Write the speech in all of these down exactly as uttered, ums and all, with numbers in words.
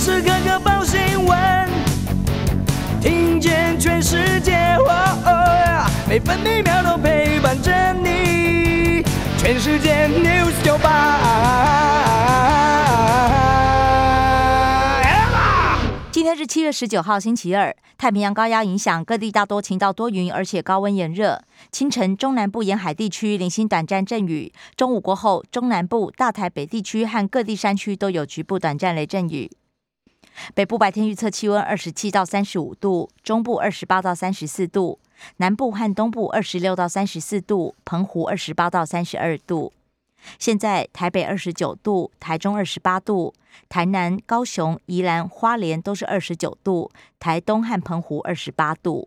时刻刻报新闻，听见全世界，哦哦，每分每秒都陪伴着你。全世界 News 九八。 今天是七月十九号，星期二。太平洋高压影响，各地大多晴到多云，而且高温炎热。清晨中南部沿海地区零星短暂阵雨，中午过后，中南部、大台北地区和各地山区都有局部短暂雷阵雨。北部白天预测气温二十七到三十五度，中部二十八到三十四度，南部和东部二十六到三十四度，澎湖二十八到三十二度。现在台北二十九度，台中二十八度，台南、高雄、宜兰、花莲都是二十九度，台东和澎湖二十八度。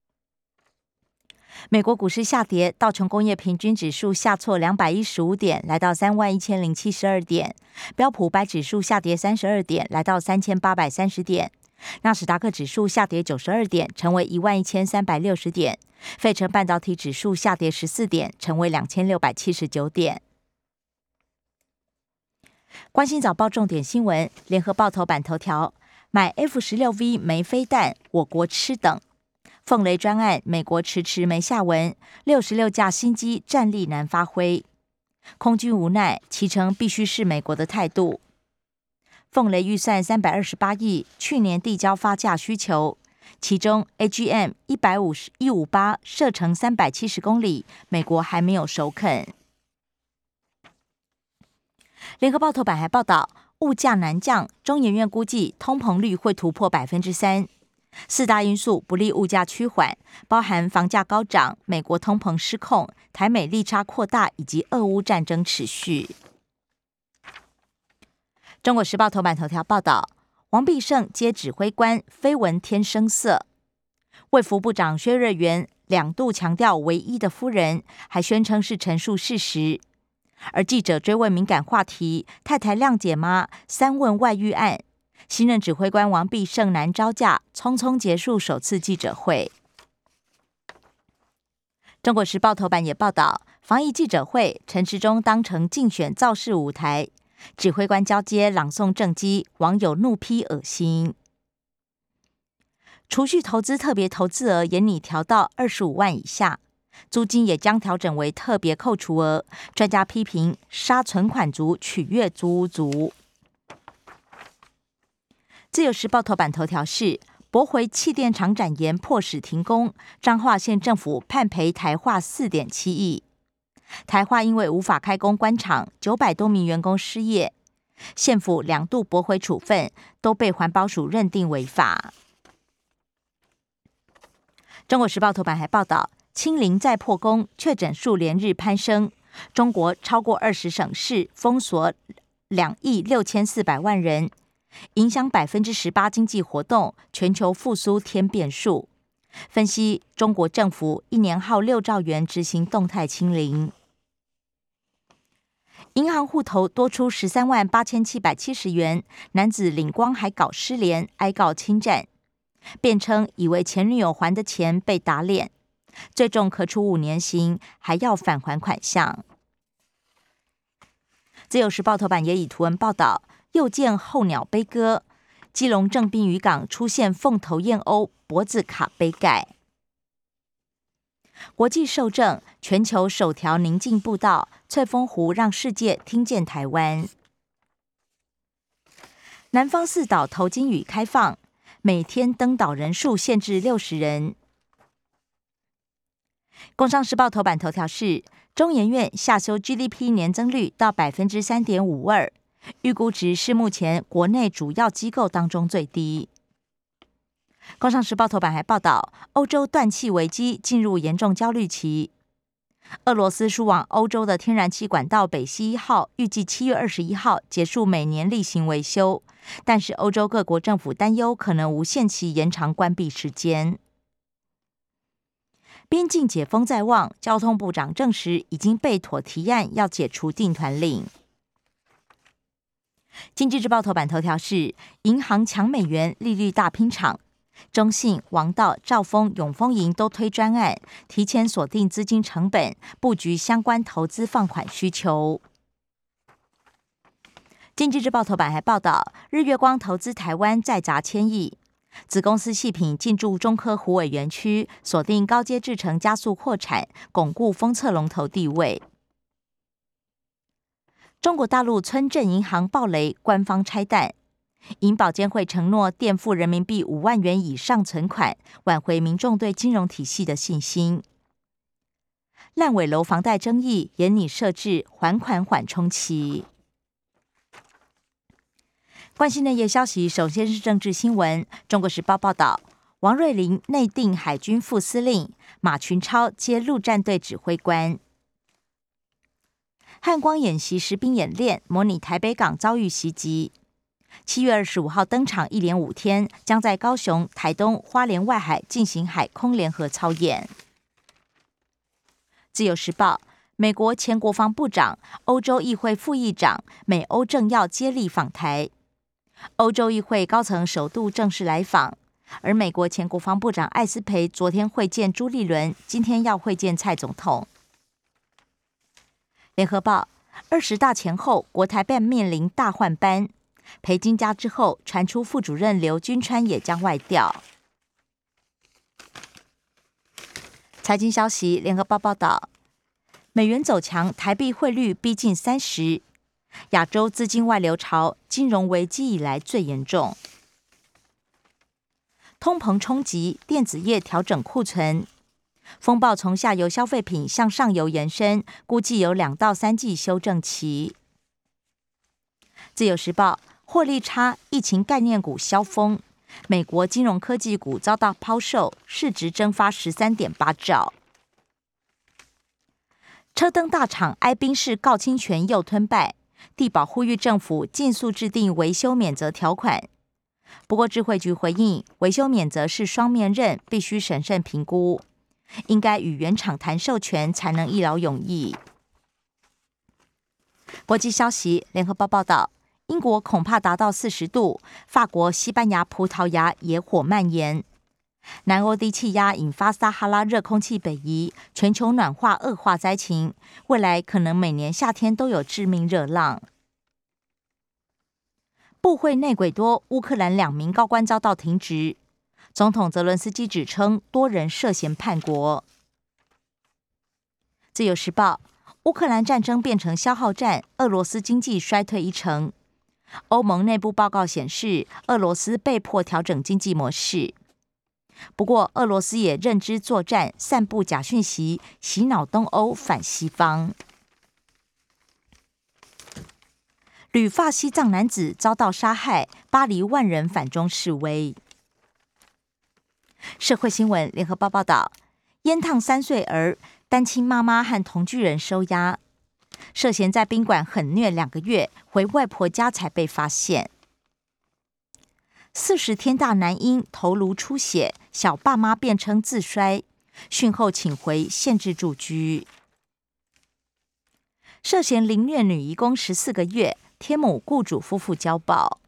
美国股市下跌，道琼工业平均指数下挫两百一十五点，来到三万一千零七十二点；标普五百指数下跌三十二点，来到三千八百三十点；纳斯达克指数下跌九十二点，成为一万一千三百六十点；费城半导体指数下跌十四点，成为两千六百七十九点。关心早报重点新闻，联合报头版头条：买 F 十六 V 没飞弹，我国吃等。凤雷专案，美国迟迟没下文，六十六架新机战力难发挥。空军无奈，其成必须是美国的态度。凤雷预算三百二十八亿，去年递交发价需求，其中 A G M 一五八射程三百七十公里，美国还没有首肯。联合报头版还报道，物价难降，中研院估计通膨率会突破百分之三。四大因素不利物价趋缓，包含房价高涨、美国通膨失控、台美利差扩大以及俄乌战争持续。中国时报头版头条报道，王必胜接指挥官，绯闻添声色。卫福部长薛瑞元两度强调唯一的夫人，还宣称是陈述事实。而记者追问敏感话题，太太谅解吗？三问外遇案，新任指挥官王必胜难招架，匆匆结束首次记者会。中国时报头版也报道，防疫记者会，陈时中当成竞选造势舞台，指挥官交接朗诵政绩，网友怒批恶心。储蓄投资特别投资额严拟调到二十五万以下，租金也将调整为特别扣除额，专家批评杀存款族，取悦租屋族。自由时报头版头条是驳回气电厂展延迫使停工，彰化县政府判赔台化 四点七亿。台化因为无法开工关厂，九百多名员工失业，县府两度驳回处分，都被环保署认定违法。中国时报头版还报道，清零再破功，确诊数连日攀升，中国超过二十省市封锁两亿六千四百万人，影响百分之十八经济活动，全球复苏添变数。分析，中国政府一年耗六兆元执行动态清零。银行户头多出十三万八千七百七十元，男子领光还搞失联，哀告侵占，辩称以为前女友还的钱被打脸，最重可处五年刑，还要返还款项。自由时报头版也以图文报道，又见候鸟悲歌，基隆正滨渔港出现凤头燕鸥，脖子卡杯盖。国际受证，全球首条宁静步道，翠峰湖让世界听见台湾。南方四岛头金屿开放，每天登岛人数限制六十人。工商时报头版头条是中研院下修 G D P 年增率到 百分之三点五二， 预估值是目前国内主要机构当中最低。工商时报头版还报道，欧洲断气危机进入严重焦虑期。俄罗斯输往欧洲的天然气管道北溪一号预计七月二十一号结束每年例行维修，但是欧洲各国政府担忧可能无限期延长关闭时间。边境解封在望，交通部长证实已经备妥提案，要解除订团令。经济日报头版头条是银行抢美元，利率大拼场。中信、王道、兆丰、永丰银都推专案，提前锁定资金成本，布局相关投资放款需求。 经济日报头版还报道，日月光投资台湾再砸千亿，子公司细品进驻中科虎尾园区，锁定高阶制程，加速扩产，巩固封测龙头地位。中国大陆村镇银行暴雷，官方拆弹。银保监会承诺垫付人民币五万元以上存款，挽回民众对金融体系的信心。烂尾楼房贷争议，严拟设置还款缓冲期。关心内页消息，首先是政治新闻。中国时报报道，王瑞麟内定海军副司令，马群超接陆战队指挥官。汉光演习实兵演练，模拟台北港遭遇袭击。七月二十五号登场，一连五天，将在高雄、台东、花莲外海进行海空联合操演。自由时报，美国前国防部长、欧洲议会副议长、美欧政要接力访台。欧洲议会高层首度正式来访，而美国前国防部长艾斯培昨天会见朱立伦，今天要会见蔡总统。联合报，二十大前后，国台办面临大换班。裴金家之后，传出副主任刘军川也将外调。财经消息，联合报报道，美元走强，台币汇率逼近三十，亚洲资金外流潮，金融危机以来最严重。通膨冲击，电子业调整库存。风暴从下游消费品向上游延伸，估计有两到三季修正期。自由时报，获利差，疫情概念股消风，美国金融科技股遭到抛售，市值蒸发十三点八兆。车灯大厂哀宾士告侵权又吞败，地保呼吁政府尽速制定维修免责条款。不过智慧局回应，维修免责是双面刃，必须审慎评估。应该与原厂谈授权，才能一劳永逸。国际消息，联合报报道，英国恐怕达到四十度，法国、西班牙、葡萄牙野火蔓延。南欧低气压引发撒哈拉热空气北移，全球暖化恶化灾情，未来可能每年夏天都有致命热浪。部会内鬼多，乌克兰两名高官遭到停职。总统泽伦斯基指称多人涉嫌叛国。自由时报，乌克兰战争变成消耗战，俄罗斯经济衰退一成。欧盟内部报告显示，俄罗斯被迫调整经济模式。不过，俄罗斯也认知作战，散布假讯息，洗脑东欧反西方。旅发西藏男子遭到杀害，巴黎万人反中示威。社会新闻，联合报报道，烟烫三岁儿，单亲妈妈和同居人收押，涉嫌在宾馆狠虐两个月，回外婆家才被发现。四十天大男婴头颅出血，小爸妈辩称自摔，讯后请回限制住居。涉嫌凌虐女移工十四个月，天母雇主夫妇交保。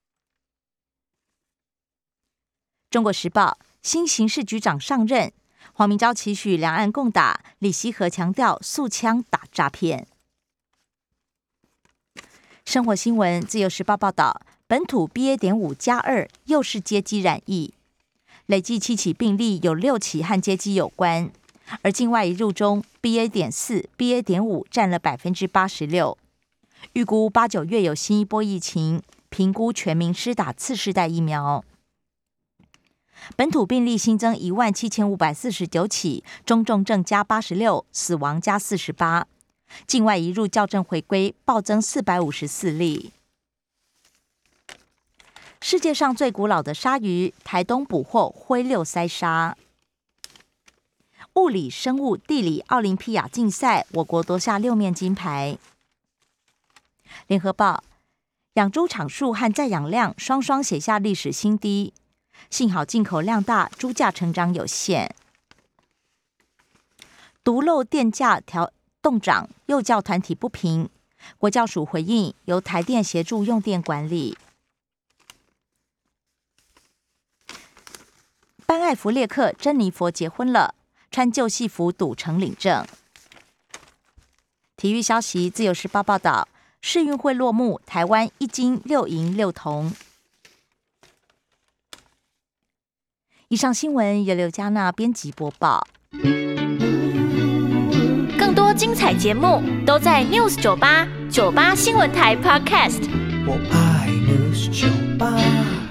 中国时报，新刑事局长上任，黄明昭期许两岸共打，李希和强调素枪打诈骗。生活新闻，自由时报报道，本土 B A 点五 加二又是接机染疫，累计七起病例，有六起和接机有关，而境外移入中 B A 点四、B A 点五占了百分之八十六。预估八九月有新一波疫情，评估全民施打次世代疫苗。本土病例新增一万七千五百四十九起，中重症加八十六，死亡加四十八。境外移入校正回归，暴增四百五十四例。世界上最古老的鲨鱼，台东捕获灰六鳃鲨。物理、生物、地理奥林匹亚竞赛，我国夺下六面金牌。联合报，养猪场数和在养量双双写下历史新低。幸好进口量大，猪价成长有限。独漏电价调动涨，幼教团体不平，国教署回应由台电协助用电管理。班艾弗列克、珍妮佛结婚了，穿旧戏服赌城领证。体育消息，自由时报报道， 世运会落幕，台湾一金六银六铜。以上新闻由刘嘉娜编辑播报。 更多精彩节目都在 News 九八九八新闻台 Podcast。 我爱 News 九八。